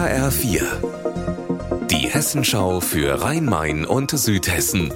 HR4, die Hessenschau für Rhein-Main und Südhessen.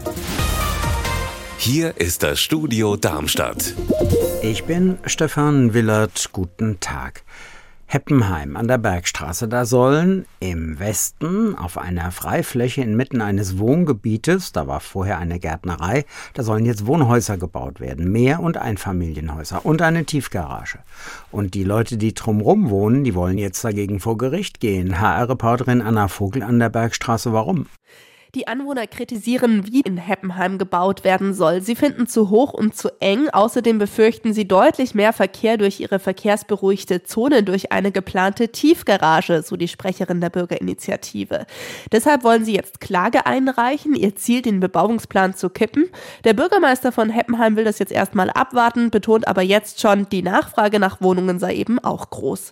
Hier ist das Studio Darmstadt. Ich bin Stefan Willert, guten Tag. Heppenheim an der Bergstraße, da sollen im Westen auf einer Freifläche inmitten eines Wohngebietes, da war vorher eine Gärtnerei, da sollen jetzt Wohnhäuser gebaut werden, Mehr- und Einfamilienhäuser und eine Tiefgarage. Und die Leute, die drumherum wohnen, die wollen jetzt dagegen vor Gericht gehen. HR-Reporterin Anna Vogel an der Bergstraße, warum? Die Anwohner kritisieren, wie in Heppenheim gebaut werden soll. Sie finden zu hoch und zu eng. Außerdem befürchten sie deutlich mehr Verkehr durch ihre verkehrsberuhigte Zone durch eine geplante Tiefgarage, so die Sprecherin der Bürgerinitiative. Deshalb wollen sie jetzt Klage einreichen, ihr Ziel, den Bebauungsplan zu kippen. Der Bürgermeister von Heppenheim will das jetzt erstmal abwarten, betont aber jetzt schon, die Nachfrage nach Wohnungen sei eben auch groß.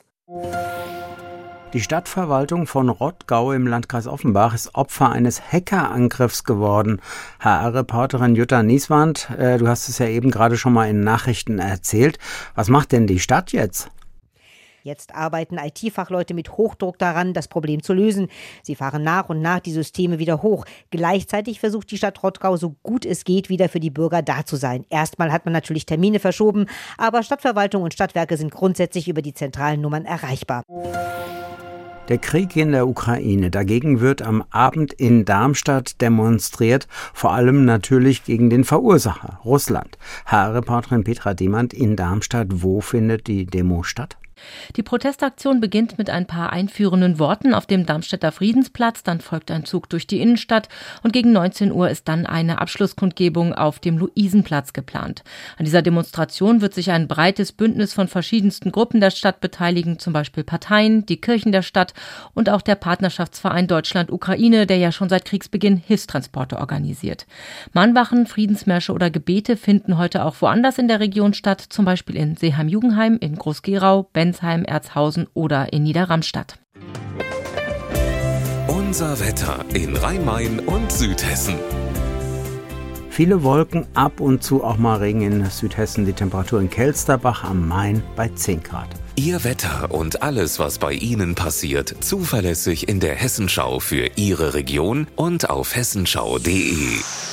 Die Stadtverwaltung von Rottgau im Landkreis Offenbach ist Opfer eines Hackerangriffs geworden. HR-Reporterin Jutta Nieswand, du hast es ja eben gerade schon mal in Nachrichten erzählt. Was macht denn die Stadt jetzt? Jetzt arbeiten IT-Fachleute mit Hochdruck daran, das Problem zu lösen. Sie fahren nach und nach die Systeme wieder hoch. Gleichzeitig versucht die Stadt Rottgau, so gut es geht, wieder für die Bürger da zu sein. Erstmal hat man natürlich Termine verschoben, aber Stadtverwaltung und Stadtwerke sind grundsätzlich über die zentralen Nummern erreichbar. Der Krieg in der Ukraine, dagegen wird am Abend in Darmstadt demonstriert, vor allem natürlich gegen den Verursacher, Russland. HR-Reporterin Petra Demand in Darmstadt, wo findet die Demo statt? Die Protestaktion beginnt mit ein paar einführenden Worten auf dem Darmstädter Friedensplatz, dann folgt ein Zug durch die Innenstadt und gegen 19 Uhr ist dann eine Abschlusskundgebung auf dem Luisenplatz geplant. An dieser Demonstration wird sich ein breites Bündnis von verschiedensten Gruppen der Stadt beteiligen, zum Beispiel Parteien, die Kirchen der Stadt und auch der Partnerschaftsverein Deutschland-Ukraine, der ja schon seit Kriegsbeginn Hilfstransporte organisiert. Mahnwachen, Friedensmärsche oder Gebete finden heute auch woanders in der Region statt, zum Beispiel in Seeheim-Jugenheim, in Groß-Gerau, Bensheim, Erzhausen oder in Niederramstadt. Unser Wetter in Rhein-Main und Südhessen. Viele Wolken, ab und zu auch mal Regen in Südhessen. Die Temperatur in Kelsterbach am Main bei 10 Grad. Ihr Wetter und alles, was bei Ihnen passiert, zuverlässig in der Hessenschau für Ihre Region und auf hessenschau.de.